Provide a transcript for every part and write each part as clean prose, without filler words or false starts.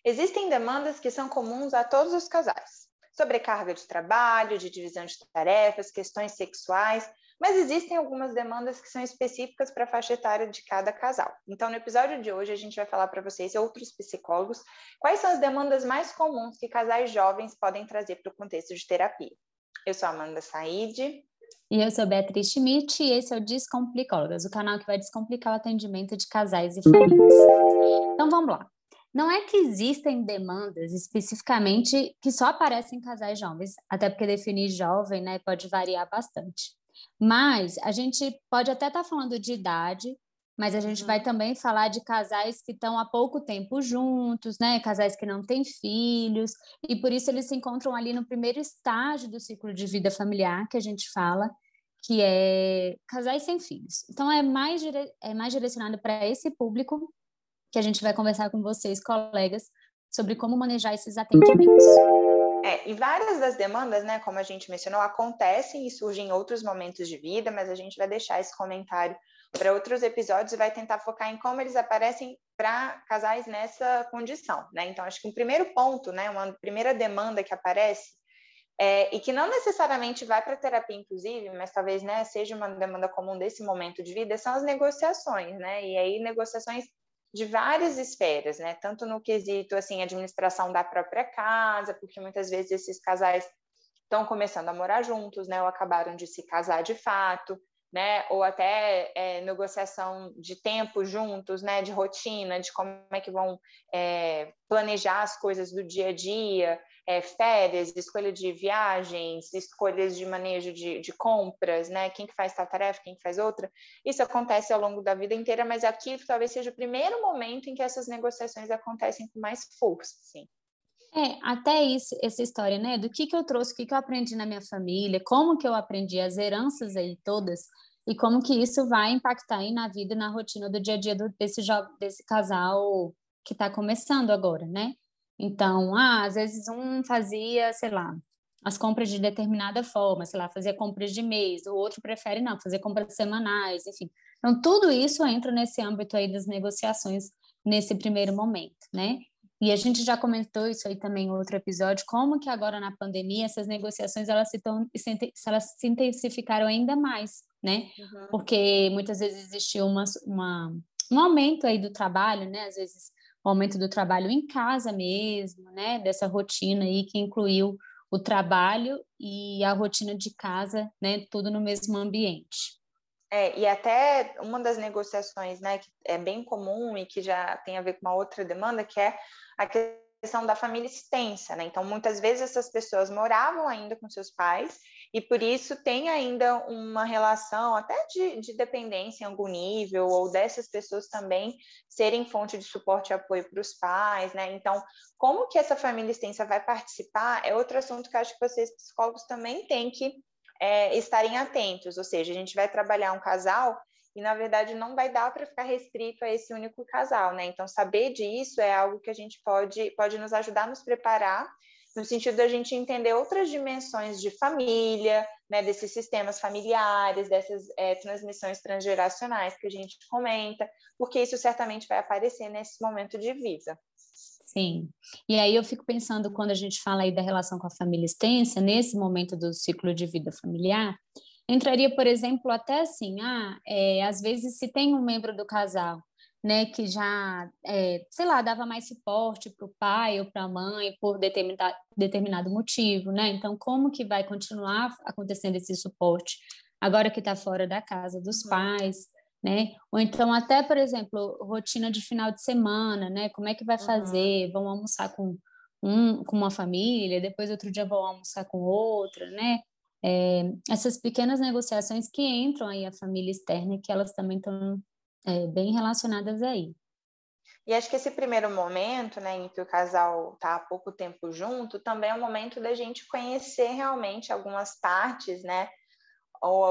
Existem demandas que são comuns a todos os casais. Sobrecarga de trabalho, de divisão de tarefas, questões sexuais, mas existem algumas demandas que são específicas para a faixa etária de cada casal. Então, no episódio de hoje, a gente vai falar para vocês, outros psicólogos, quais são as demandas mais comuns que casais jovens podem trazer para o contexto de terapia. Eu sou a Amanda Said. E eu sou Beatriz Schmidt e esse é o Descomplicólogas, o canal que vai descomplicar o atendimento de casais e famílias. Então vamos lá. Não é que existem demandas especificamente que só aparecem em casais jovens, até porque definir jovem, né, pode variar bastante. Mas a gente pode até estar falando de idade, mas a gente vai também falar de casais que estão há pouco tempo juntos, né? Casais que não têm filhos, e por isso eles se encontram ali no primeiro estágio do ciclo de vida familiar, que a gente fala, que é casais sem filhos. Então, é mais direcionado para esse público que a gente vai conversar com vocês, colegas, sobre como manejar esses atendimentos. E várias das demandas, né, como a gente mencionou, acontecem e surgem em outros momentos de vida, mas a gente vai deixar esse comentário para outros episódios e vai tentar focar em como eles aparecem para casais nessa condição, né? Então, acho que um primeiro ponto, né, uma primeira demanda que aparece, e que não necessariamente vai para a terapia, inclusive, mas talvez, né, seja uma demanda comum desse momento de vida, são as negociações, né? E aí, negociações de várias esferas, né? Tanto no quesito, assim, administração da própria casa, porque muitas vezes esses casais estão começando a morar juntos, né? Ou acabaram de se casar de fato, né? Ou até negociação de tempo juntos, né? De rotina, de como é que vão planejar as coisas do dia a dia, férias, escolha de viagens, escolhas de manejo de compras, né? Quem que faz tal tarefa, quem que faz outra. Isso acontece ao longo da vida inteira, mas aqui talvez seja o primeiro momento em que essas negociações acontecem com mais força, assim. Até isso, essa história, né, do que eu trouxe, o que eu aprendi na minha família, como que eu aprendi as heranças aí todas, e como que isso vai impactar aí na vida e na rotina do dia a dia desse casal que está começando agora, né? Então, às vezes um fazia, sei lá, as compras de determinada forma, sei lá, fazia compras de mês, o outro prefere não, fazer compras semanais, enfim. Então, tudo isso entra nesse âmbito aí das negociações nesse primeiro momento, né? E a gente já comentou isso aí também em outro episódio, como que agora na pandemia essas negociações elas se intensificaram ainda mais, né? Porque muitas vezes existiu um aumento aí do trabalho, né? Às vezes o aumento do trabalho em casa mesmo, né? Dessa rotina aí que incluiu o trabalho e a rotina de casa, né? Tudo no mesmo ambiente. E até uma das negociações, né, que é bem comum e que já tem a ver com uma outra demanda, que é a questão da família extensa, né? Então, muitas vezes essas pessoas moravam ainda com seus pais e por isso tem ainda uma relação até de dependência em algum nível, ou dessas pessoas também serem fonte de suporte e apoio para os pais, né? Então, como que essa família extensa vai participar é outro assunto que eu acho que vocês, psicólogos, também têm que estarem atentos, ou seja, a gente vai trabalhar um casal e, na verdade, não vai dar para ficar restrito a esse único casal, né? Então, saber disso é algo que a gente pode nos ajudar a nos preparar, no sentido da gente entender outras dimensões de família, né, desses sistemas familiares, dessas transmissões transgeracionais que a gente comenta, porque isso certamente vai aparecer nesse momento de vida. Sim, e aí eu fico pensando, quando a gente fala aí da relação com a família extensa, nesse momento do ciclo de vida familiar, entraria, por exemplo, até assim, às vezes se tem um membro do casal, né, que já, sei lá, dava mais suporte para o pai ou para a mãe por determinado motivo, né, então como que vai continuar acontecendo esse suporte agora que está fora da casa dos pais, né? Ou então até, por exemplo, rotina de final de semana, né? Como é que vai fazer? Vão almoçar com uma família, depois outro dia vão almoçar com outra, né? Essas pequenas negociações que entram aí a família externa e que elas também estão bem relacionadas aí. E acho que esse primeiro momento, né, em que o casal está há pouco tempo junto, também é um momento da gente conhecer realmente algumas partes, né, ou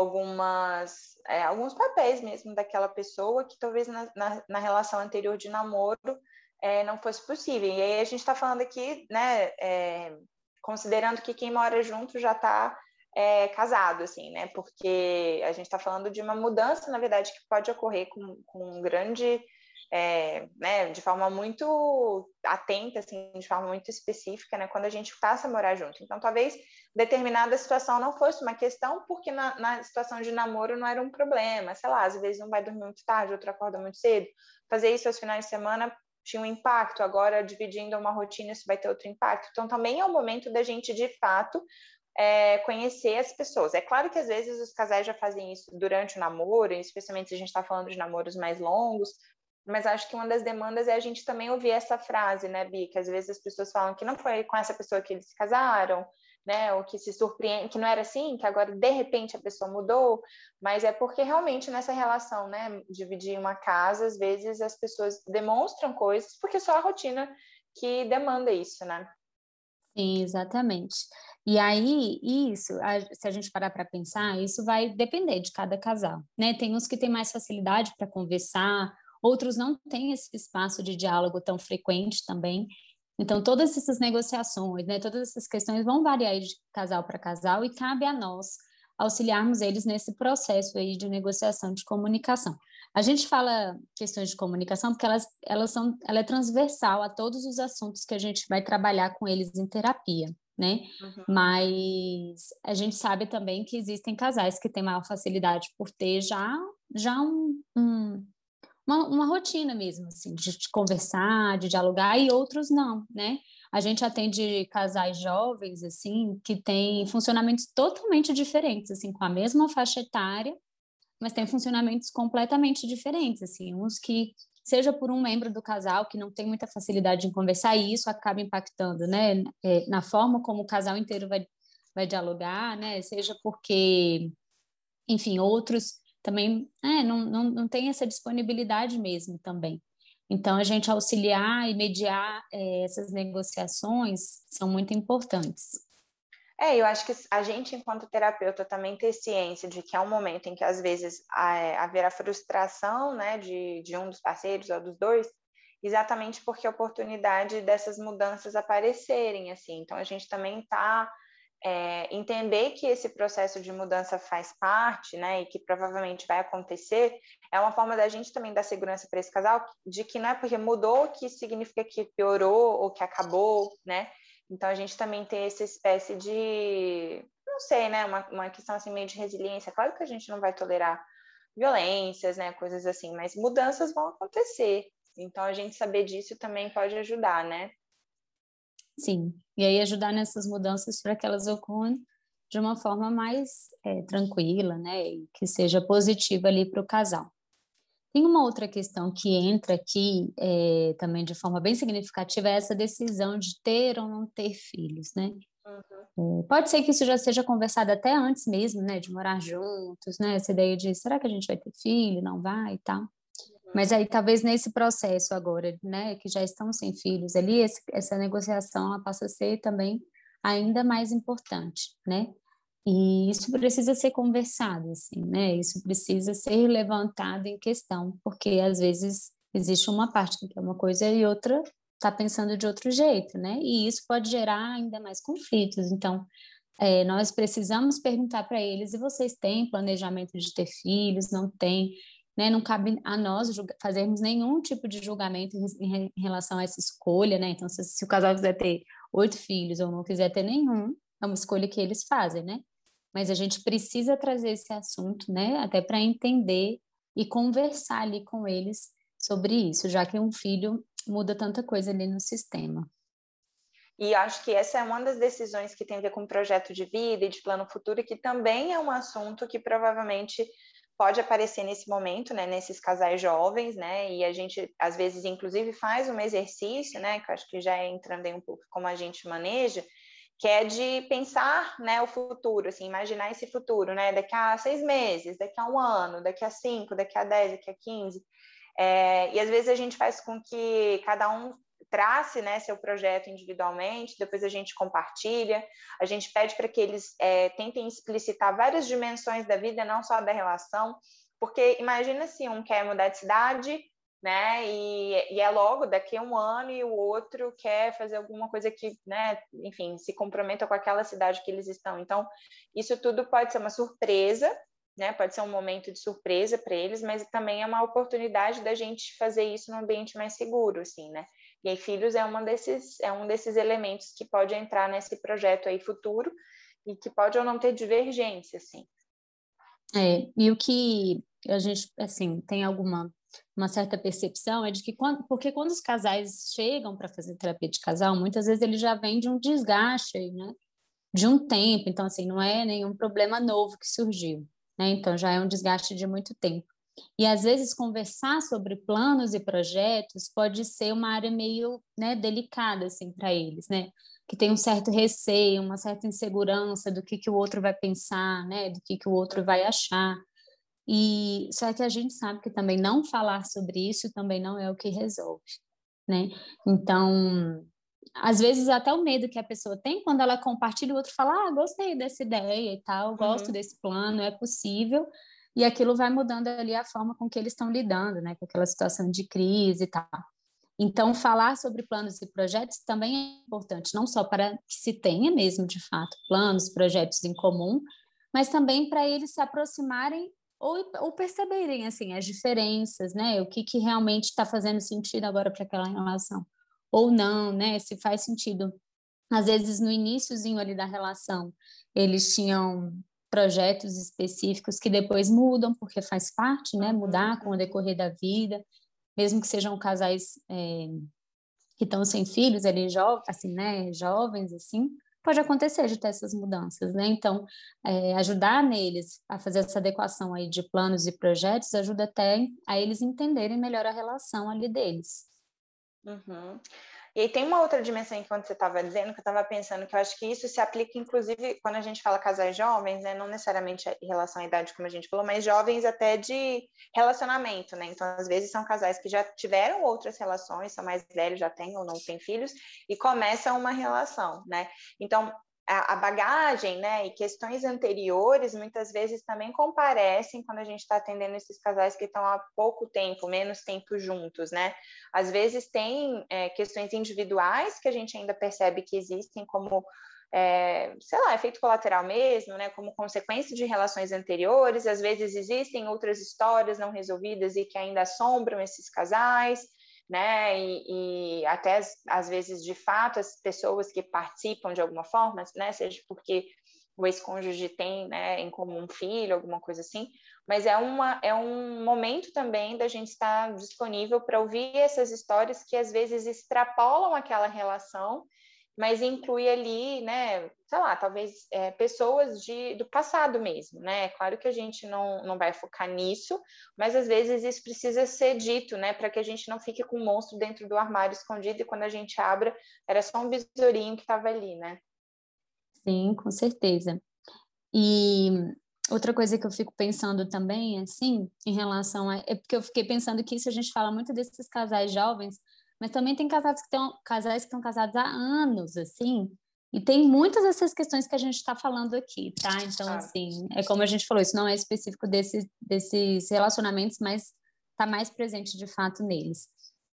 alguns papéis mesmo daquela pessoa que talvez na relação anterior de namoro não fosse possível. E aí a gente está falando aqui, né, considerando que quem mora junto já está casado, assim, né, porque a gente está falando de uma mudança, na verdade, que pode ocorrer com grande né, de forma muito atenta, assim, de forma muito específica, né, quando a gente passa a morar junto. Então, talvez determinada situação não fosse uma questão, porque na situação de namoro não era um problema. Sei lá, às vezes um vai dormir muito tarde, outro acorda muito cedo. Fazer isso aos finais de semana tinha um impacto, agora dividindo uma rotina isso vai ter outro impacto. Então, também é o momento da gente, de fato, conhecer as pessoas. É claro que às vezes os casais já fazem isso durante o namoro, especialmente se a gente está falando de namoros mais longos, mas acho que uma das demandas é a gente também ouvir essa frase, né, Bi? Que às vezes as pessoas falam que não foi com essa pessoa que eles se casaram, né? Ou que se surpreende, que não era assim, que agora de repente a pessoa mudou, mas é porque realmente nessa relação, né, dividir uma casa, às vezes as pessoas demonstram coisas porque só a rotina que demanda isso, né? Sim, exatamente. E aí, se a gente parar para pensar, isso vai depender de cada casal, né? Tem uns que têm mais facilidade para conversar, outros não têm esse espaço de diálogo tão frequente também. Então, todas essas negociações, né, todas essas questões vão variar de casal para casal e cabe a nós auxiliarmos eles nesse processo aí de negociação, de comunicação. A gente fala questões de comunicação porque ela é transversal a todos os assuntos que a gente vai trabalhar com eles em terapia, né? Uhum. Mas a gente sabe também que existem casais que têm maior facilidade por ter já uma rotina mesmo, assim, de conversar, de dialogar, e outros não, né? A gente atende casais jovens, assim, que têm funcionamentos totalmente diferentes, assim, com a mesma faixa etária, mas têm funcionamentos completamente diferentes, assim, uns que, seja por um membro do casal que não tem muita facilidade em conversar, e isso acaba impactando, né, na forma como o casal inteiro vai dialogar, né, seja porque, enfim, outros também não tem essa disponibilidade mesmo também. Então, a gente auxiliar e mediar essas negociações são muito importantes. Eu acho que a gente, enquanto terapeuta, também ter ciência de que é um momento em que, às vezes, haverá frustração, né, de um dos parceiros ou dos dois, exatamente porque a oportunidade dessas mudanças aparecerem, assim. Então, a gente também entender que esse processo de mudança faz parte, né, e que provavelmente vai acontecer, é uma forma da gente também dar segurança para esse casal, de que não é porque mudou que significa que piorou ou que acabou, né? Então, a gente também tem essa espécie de, não sei, né, uma questão assim meio de resiliência. Claro que a gente não vai tolerar violências, né, coisas assim, mas mudanças vão acontecer. Então, a gente saber disso também pode ajudar, né? Sim, e aí ajudar nessas mudanças para que elas ocorram de uma forma mais tranquila, né, e que seja positiva ali para o casal. Tem uma outra questão que entra aqui também de forma bem significativa, é essa decisão de ter ou não ter filhos, né? Pode ser que isso já seja conversado até antes mesmo, né, de morar juntos, né, essa ideia de será que a gente vai ter filho, não vai e tal. Mas aí talvez nesse processo agora, né, que já estão sem filhos ali, essa negociação ela passa a ser também ainda mais importante, né? E isso precisa ser conversado, assim, né? Isso precisa ser levantado em questão, porque às vezes existe uma parte que quer uma coisa e outra está pensando de outro jeito, né? E isso pode gerar ainda mais conflitos. Então, nós precisamos perguntar para eles: e vocês têm planejamento de ter filhos? Não tem? Né? Não cabe a nós fazermos nenhum tipo de julgamento em relação a essa escolha, né? Então, se o casal quiser ter 8 filhos ou não quiser ter nenhum, é uma escolha que eles fazem, né? Mas a gente precisa trazer esse assunto, né? Até para entender e conversar ali com eles sobre isso, já que um filho muda tanta coisa ali no sistema. E acho que essa é uma das decisões que tem a ver com projeto de vida e de plano futuro, que também é um assunto que provavelmente pode aparecer nesse momento, né, nesses casais jovens, né, e a gente, às vezes, inclusive, faz um exercício, né, que eu acho que já é entrando aí um pouco como a gente maneja, que é de pensar, né, o futuro, assim, imaginar esse futuro, né, daqui a 6 meses, daqui a um ano, daqui a 5, daqui a 10, daqui a 15, e às vezes a gente faz com que cada um trace, né, seu projeto individualmente, depois a gente compartilha, a gente pede para que eles tentem explicitar várias dimensões da vida, não só da relação, porque imagina se um quer mudar de cidade, né, e é logo daqui a um ano e o outro quer fazer alguma coisa que, né, enfim, se comprometa com aquela cidade que eles estão. Então, isso tudo pode ser uma surpresa, né? Pode ser um momento de surpresa para eles, mas também é uma oportunidade da gente fazer isso num ambiente mais seguro, assim, né? E aí, filhos é um desses elementos que pode entrar nesse projeto aí futuro e que pode ou não ter divergência, assim. E o que a gente, assim, tem uma certa percepção é de que porque quando os casais chegam para fazer terapia de casal, muitas vezes ele já vem de um desgaste, né? De um tempo, então assim, não é nenhum problema novo que surgiu, né? Então já é um desgaste de muito tempo. E às vezes conversar sobre planos e projetos pode ser uma área meio, né, delicada assim para eles, né? Que tem um certo receio, uma certa insegurança do que o outro vai pensar, né? Do que o outro vai achar. E só que a gente sabe que também não falar sobre isso também não é o que resolve, né? Então, às vezes até o medo que a pessoa tem quando ela compartilha, o outro fala, gostei dessa ideia e tal, gosto desse plano, é possível, e aquilo vai mudando ali a forma com que eles estão lidando, né, com aquela situação de crise e tal. Então, falar sobre planos e projetos também é importante, não só para que se tenha mesmo, de fato, planos, projetos em comum, mas também para eles se aproximarem ou perceberem, assim, as diferenças, né? O que realmente está fazendo sentido agora para aquela relação ou não, né? Se faz sentido. Às vezes, no iníciozinho ali da relação, eles tinham projetos específicos que depois mudam, porque faz parte, né? Mudar com o decorrer da vida, mesmo que sejam casais que estão sem filhos, ali, assim, né? Jovens, assim, pode acontecer de ter essas mudanças, né? Então, ajudar neles a fazer essa adequação aí de planos e projetos ajuda até a eles entenderem melhor a relação ali deles. Uhum. E aí tem uma outra dimensão enquanto você estava dizendo, que eu estava pensando, que eu acho que isso se aplica, inclusive, quando a gente fala casais jovens, né? Não necessariamente em relação à idade, como a gente falou, mas jovens até de relacionamento, né? Então, às vezes, são casais que já tiveram outras relações, são mais velhos, já têm ou não têm filhos, e começam uma relação, né? Então, a bagagem, né, e questões anteriores muitas vezes também comparecem quando a gente está atendendo esses casais que estão há pouco tempo, menos tempo juntos, né? Às vezes tem questões individuais que a gente ainda percebe que existem como, sei lá, efeito colateral mesmo, né? Como consequência de relações anteriores. Às vezes existem outras histórias não resolvidas e que ainda assombram esses casais, né? E até às vezes, de fato, as pessoas que participam de alguma forma, né? Seja porque o ex-cônjuge tem, né, em comum um filho, alguma coisa assim, mas é um momento também da gente estar disponível para ouvir essas histórias que às vezes extrapolam aquela relação, mas inclui ali, né, sei lá, talvez pessoas do passado mesmo, né? Claro que a gente não vai focar nisso, mas às vezes isso precisa ser dito, né, para que a gente não fique com um monstro dentro do armário escondido e quando a gente abra, era só um besourinho que estava ali, né? Sim, com certeza. E outra coisa que eu fico pensando também, assim, em relação é porque eu fiquei pensando que isso a gente fala muito desses casais jovens, mas também tem casais que estão casados há anos, assim, e tem muitas dessas questões que a gente está falando aqui, tá? Então, assim, é como a gente falou, isso não é específico desses relacionamentos, mas está mais presente de fato neles.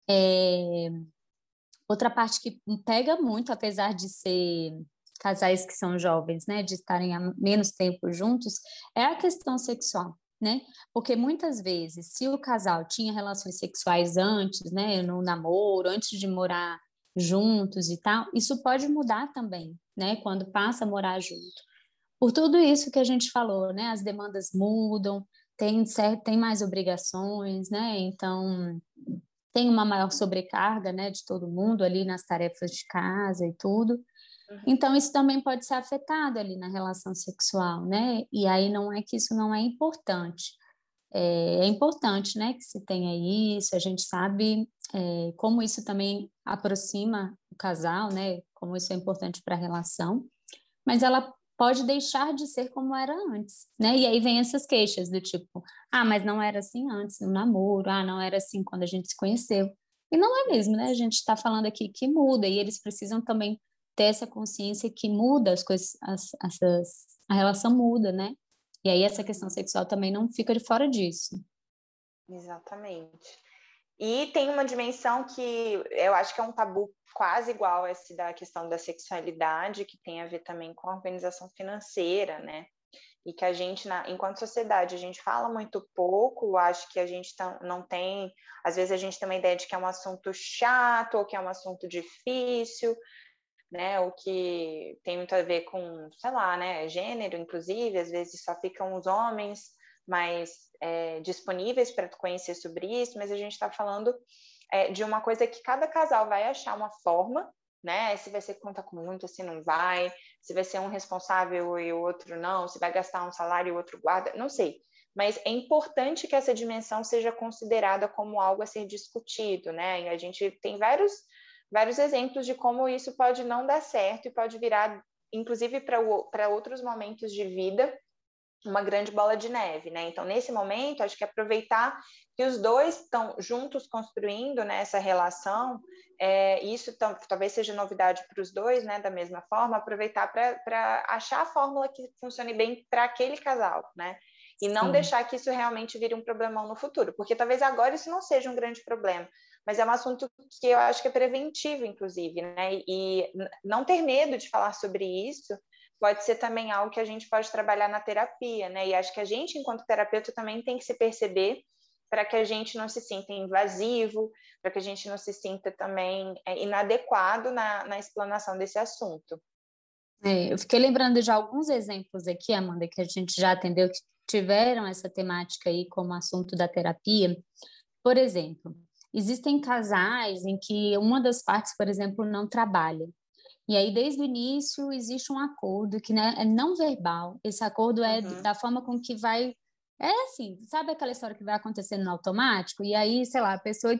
Outra parte que pega muito, apesar de ser casais que são jovens, né, de estarem há menos tempo juntos, é a questão sexual, né? Porque muitas vezes, se o casal tinha relações sexuais antes, né, no namoro, antes de morar juntos e tal, isso pode mudar também, né, quando passa a morar junto. Por tudo isso que a gente falou, né, as demandas mudam, tem mais obrigações, né? Então, tem uma maior sobrecarga, né, de todo mundo ali nas tarefas de casa e tudo. Então, isso também pode ser afetado ali na relação sexual, né? E aí não é que isso não é importante. É importante, né, que se tenha isso, a gente sabe como isso também aproxima o casal, né? Como isso é importante para a relação, mas ela pode deixar de ser como era antes, né? E aí vem essas queixas do tipo, mas não era assim antes no namoro, não era assim quando a gente se conheceu. E não é mesmo, né? A gente está falando aqui que muda e eles precisam também ter essa consciência que muda as coisas, a relação muda, né? E aí essa questão sexual também não fica de fora disso. Exatamente. E tem uma dimensão que eu acho que é um tabu quase igual esse da questão da sexualidade, que tem a ver também com a organização financeira, né? e que a gente, enquanto sociedade, a gente fala muito pouco, acho que a gente não tem, às vezes a gente tem uma ideia de que é um assunto chato ou que é um assunto difícil, né, o que tem muito a ver com, sei lá, né, gênero, inclusive, às vezes só ficam os homens mais disponíveis para conhecer sobre isso, mas a gente está falando de uma coisa que cada casal vai achar uma forma, né, se vai ser conta com muito, se não vai, se vai ser um responsável e o outro não, se vai gastar um salário e o outro guarda, não sei. Mas é importante que essa dimensão seja considerada como algo a ser discutido, né? E a gente tem vários exemplos de como isso pode não dar certo e pode virar, inclusive para outros momentos de vida, uma grande bola de neve, né? Então, nesse momento, acho que aproveitar que os dois estão juntos construindo, né, essa relação, isso talvez seja novidade para os dois, né, da mesma forma, aproveitar para achar a fórmula que funcione bem para aquele casal, né? E não Sim. deixar que isso realmente vire um problemão no futuro, porque talvez agora isso não seja um grande problema, mas é um assunto que eu acho que é preventivo, inclusive, né? E não ter medo de falar sobre isso pode ser também algo que a gente pode trabalhar na terapia, né? E acho que a gente, enquanto terapeuta, também tem que se perceber para que a gente não se sinta invasivo, para que a gente não se sinta também inadequado na explanação desse assunto. Eu fiquei lembrando de alguns exemplos aqui, Amanda, que a gente já atendeu, que tiveram essa temática aí como assunto da terapia. Por exemplo, existem casais em que uma das partes, por exemplo, não trabalha. E aí, desde o início, existe um acordo que, né, é não verbal. Esse acordo é da forma com que vai... É assim, sabe aquela história que vai acontecendo no automático? E aí, sei lá, a pessoa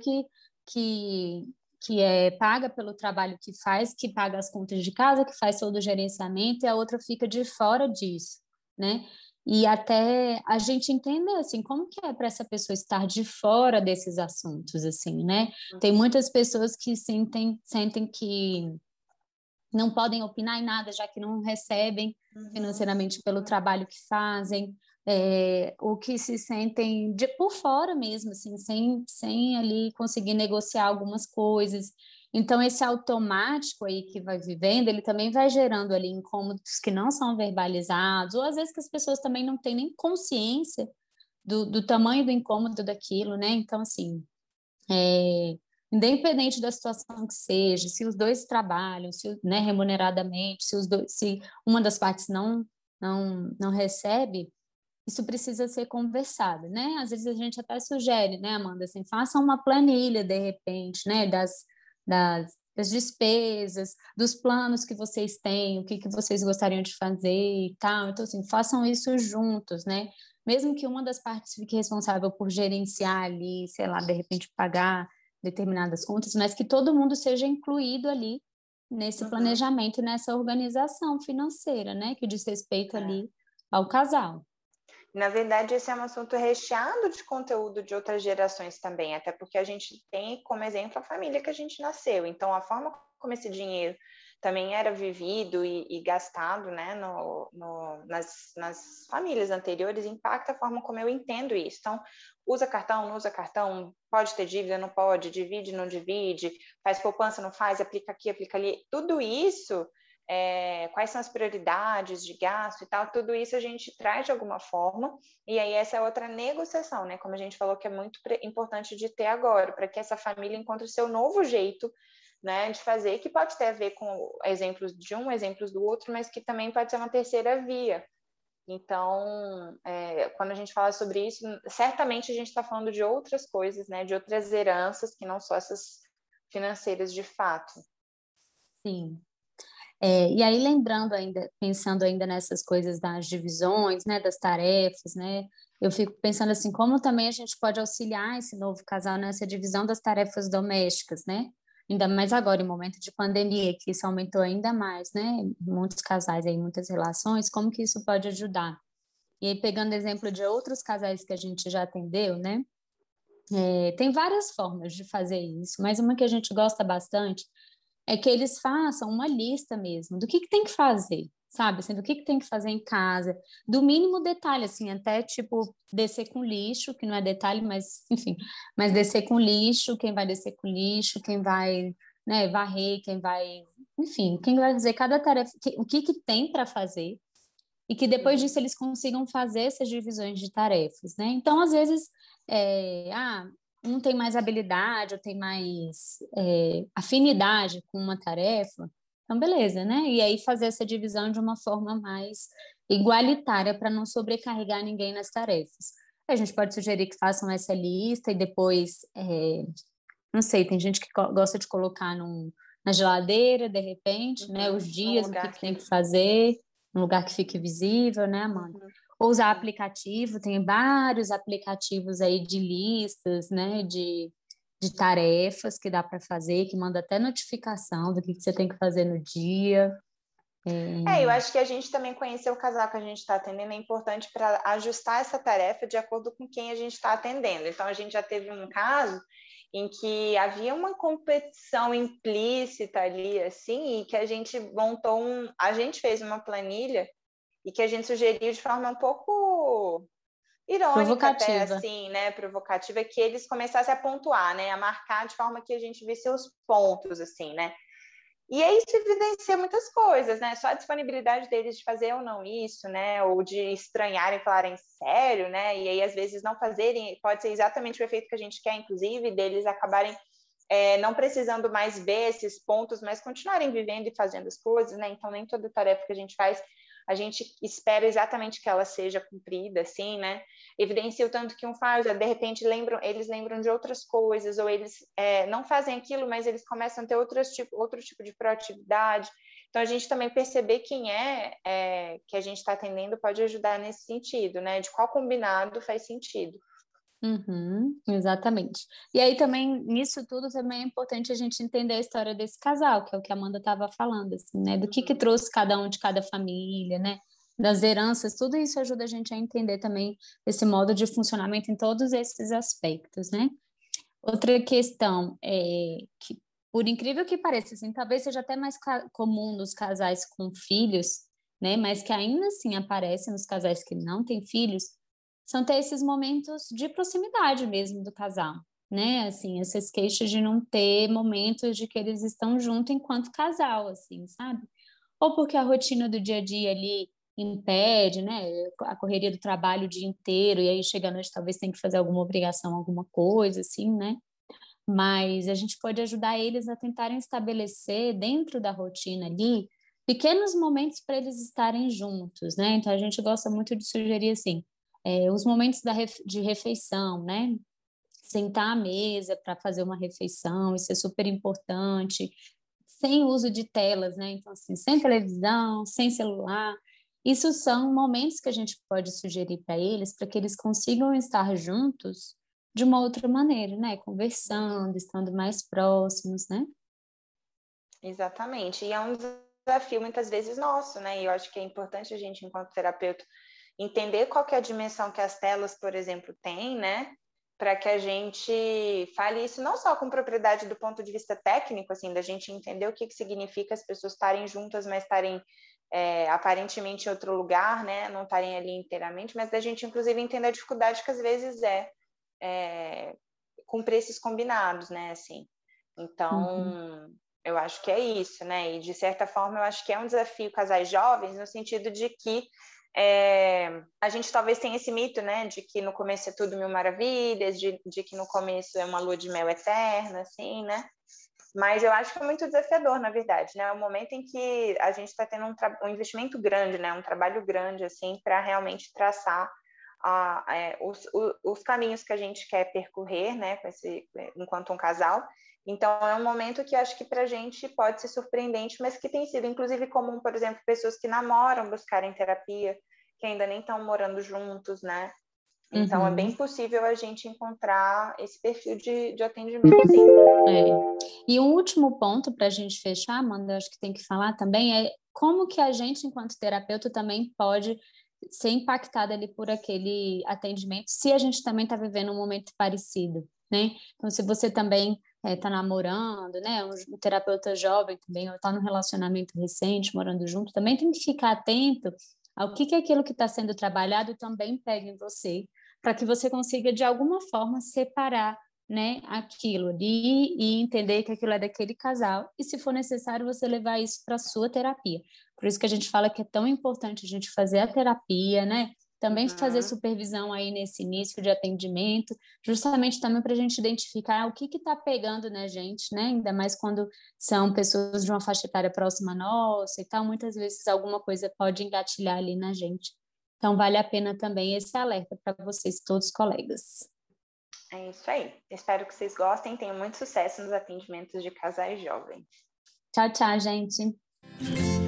que, que é paga pelo trabalho que faz, que paga as contas de casa, que faz todo o gerenciamento, e a outra fica de fora disso, né? E até a gente entender, assim, como que é para essa pessoa estar de fora desses assuntos, assim, né? Tem muitas pessoas que sentem que não podem opinar em nada, já que não recebem financeiramente pelo trabalho que fazem, ou que se sentem por fora mesmo, assim, sem ali conseguir negociar algumas coisas. Então, esse automático aí que vai vivendo, ele também vai gerando ali incômodos que não são verbalizados, ou às vezes que as pessoas também não têm nem consciência do tamanho do incômodo daquilo, né? Então, assim, independente da situação que seja, se os dois trabalham, se, né, remuneradamente, se uma das partes não recebe, isso precisa ser conversado, né? Às vezes a gente até sugere, né, Amanda, assim, faça uma planilha de repente, né, das despesas, dos planos que vocês têm, o que vocês gostariam de fazer e tal. Então, assim, façam isso juntos, né? Mesmo que uma das partes fique responsável por gerenciar ali, sei lá, de repente pagar determinadas contas, mas que todo mundo seja incluído ali nesse planejamento e nessa organização financeira, né? Que diz respeito ali ao casal. Na verdade, esse é um assunto recheado de conteúdo de outras gerações também, até porque a gente tem como exemplo a família que a gente nasceu. Então, a forma como esse dinheiro também era vivido e gastado, né, nas famílias anteriores impacta a forma como eu entendo isso. Então, usa cartão, não usa cartão, pode ter dívida, não pode, divide, não divide, faz poupança, não faz, aplica aqui, aplica ali. Tudo isso, quais são as prioridades de gasto e tal, tudo isso a gente traz de alguma forma, e aí essa é outra negociação, né, como a gente falou que é muito importante de ter agora, para que essa família encontre o seu novo jeito, né, de fazer, que pode ter a ver com exemplos de um, exemplos do outro, mas que também pode ser uma terceira via. Então, quando a gente fala sobre isso, certamente a gente está falando de outras coisas, né, de outras heranças que não só essas financeiras de fato. Sim. E aí, lembrando ainda, pensando ainda nessas coisas das divisões, né, das tarefas, né, eu fico pensando assim, como também a gente pode auxiliar esse novo casal nessa divisão das tarefas domésticas, né? Ainda mais agora, em momento de pandemia, que isso aumentou ainda mais, né? Muitos casais aí, muitas relações, como que isso pode ajudar? E aí, pegando exemplo de outros casais que a gente já atendeu, né? Tem várias formas de fazer isso, mas uma que a gente gosta bastante é que eles façam uma lista mesmo do que tem que fazer, sabe? Assim, do que tem que fazer em casa, do mínimo detalhe, assim, até tipo descer com lixo, que não é detalhe, mas enfim, mas descer com lixo, quem vai descer com lixo, quem vai, né, varrer, quem vai, enfim, quem vai fazer cada tarefa, o que tem para fazer. e que depois disso eles consigam fazer essas divisões de tarefas, né? Então, às vezes, um tem mais habilidade ou tem mais afinidade com uma tarefa, então beleza, né? E aí fazer essa divisão de uma forma mais igualitária para não sobrecarregar ninguém nas tarefas. A gente pode sugerir que façam essa lista e depois, não sei, tem gente que gosta de colocar na geladeira, de repente, né? Os dias, o que tem que fazer, num lugar que fique visível, né, Amanda? Ou usar aplicativo, tem vários aplicativos aí de listas, né, de tarefas que dá para fazer, que manda até notificação do que você tem que fazer no dia. Eu acho que a gente também conhecer o casal que a gente está atendendo é importante para ajustar essa tarefa de acordo com quem a gente está atendendo. Então, a gente já teve um caso em que havia uma competição implícita ali, assim, e que a gente a gente fez uma planilha e que a gente sugeriu de forma um pouco irônica até, assim, né, provocativa, que eles começassem a pontuar, né, a marcar de forma que a gente visse os pontos, assim, né. E aí isso evidencia muitas coisas, né? Só a disponibilidade deles de fazer ou não isso, né? Ou de estranharem, falarem sério, né? E aí, às vezes, não fazerem, pode ser exatamente o efeito que a gente quer, inclusive, deles acabarem não precisando mais ver esses pontos, mas continuarem vivendo e fazendo as coisas, né? Então, nem toda tarefa que a gente faz, a gente espera exatamente que ela seja cumprida, assim, né? Evidencia o tanto que um faz, de repente eles lembram de outras coisas, ou eles não fazem aquilo, mas eles começam a ter outro tipo de proatividade. Então, a gente também perceber quem que a gente está atendendo pode ajudar nesse sentido, né? De qual combinado faz sentido. Exatamente. E aí também, nisso tudo, também é importante a gente entender a história desse casal, que é o que a Amanda estava falando, assim, né? Do que trouxe cada um de cada família, né? Das heranças, tudo isso ajuda a gente a entender também esse modo de funcionamento em todos esses aspectos, né? Outra questão é que, por incrível que pareça, assim, talvez seja até mais comum nos casais com filhos, né? Mas que ainda assim aparece nos casais que não têm filhos, são ter esses momentos de proximidade mesmo do casal, né? Assim, essas queixas de não ter momentos de que eles estão juntos enquanto casal, assim, sabe? Ou porque a rotina do dia a dia ali impede, né? A correria do trabalho o dia inteiro, e aí chega à noite talvez tenha que fazer alguma obrigação, alguma coisa, assim, né? Mas a gente pode ajudar eles a tentarem estabelecer dentro da rotina ali pequenos momentos para eles estarem juntos, né? Então a gente gosta muito de sugerir assim, os momentos de refeição, né? Sentar à mesa para fazer uma refeição, isso é super importante, sem uso de telas, né? Então, assim, sem televisão, sem celular. Isso são momentos que a gente pode sugerir para eles, para que eles consigam estar juntos de uma outra maneira, né? Conversando, estando mais próximos, né? Exatamente. E é um desafio, muitas vezes, nosso, né? E eu acho que é importante a gente, enquanto terapeuta, entender qual que é a dimensão que as telas, por exemplo, têm, né? Para que a gente fale isso não só com propriedade do ponto de vista técnico, assim, da gente entender o que significa as pessoas estarem juntas, mas estarem aparentemente em outro lugar, né? Não estarem ali inteiramente, mas da gente, inclusive, entender a dificuldade que às vezes cumprir esses combinados, né? Assim, então, eu acho que é isso, né? E, de certa forma, eu acho que é um desafio casais jovens, no sentido de que a gente talvez tenha esse mito, né? De que no começo é tudo mil maravilhas, de que no começo é uma lua de mel eterna, assim, né? Mas eu acho que é muito desafiador, na verdade, né? É um momento em que a gente está tendo um investimento grande, né? Um trabalho grande, assim, para realmente traçar os caminhos que a gente quer percorrer, né? Enquanto um casal. Então, é um momento que acho que para a gente pode ser surpreendente, mas que tem sido, inclusive, comum, por exemplo, pessoas que namoram buscarem terapia, que ainda nem estão morando juntos, né? Então, é bem possível a gente encontrar esse perfil de atendimento, sim. E um último ponto para a gente fechar, Amanda, acho que tem que falar também, é como que a gente, enquanto terapeuta, também pode ser impactada ali por aquele atendimento, se a gente também está vivendo um momento parecido, né? Então, se você também está namorando, né? Um terapeuta jovem também, ou está num relacionamento recente, morando junto, também tem que ficar atento ao que aquilo que está sendo trabalhado também pega em você, para que você consiga, de alguma forma, separar, né, aquilo ali e entender que aquilo é daquele casal, e se for necessário você levar isso para a sua terapia, Por isso que a gente fala que é tão importante a gente fazer a terapia, né? Também fazer supervisão aí nesse início de atendimento, justamente também para a gente identificar o que está pegando na gente, né? Ainda mais quando são pessoas de uma faixa etária próxima a nossa e tal, muitas vezes alguma coisa pode engatilhar ali na gente. Então, vale a pena também esse alerta para vocês, todos colegas. É isso aí. Espero que vocês gostem e tenham muito sucesso nos atendimentos de casais jovens. Tchau, tchau, gente.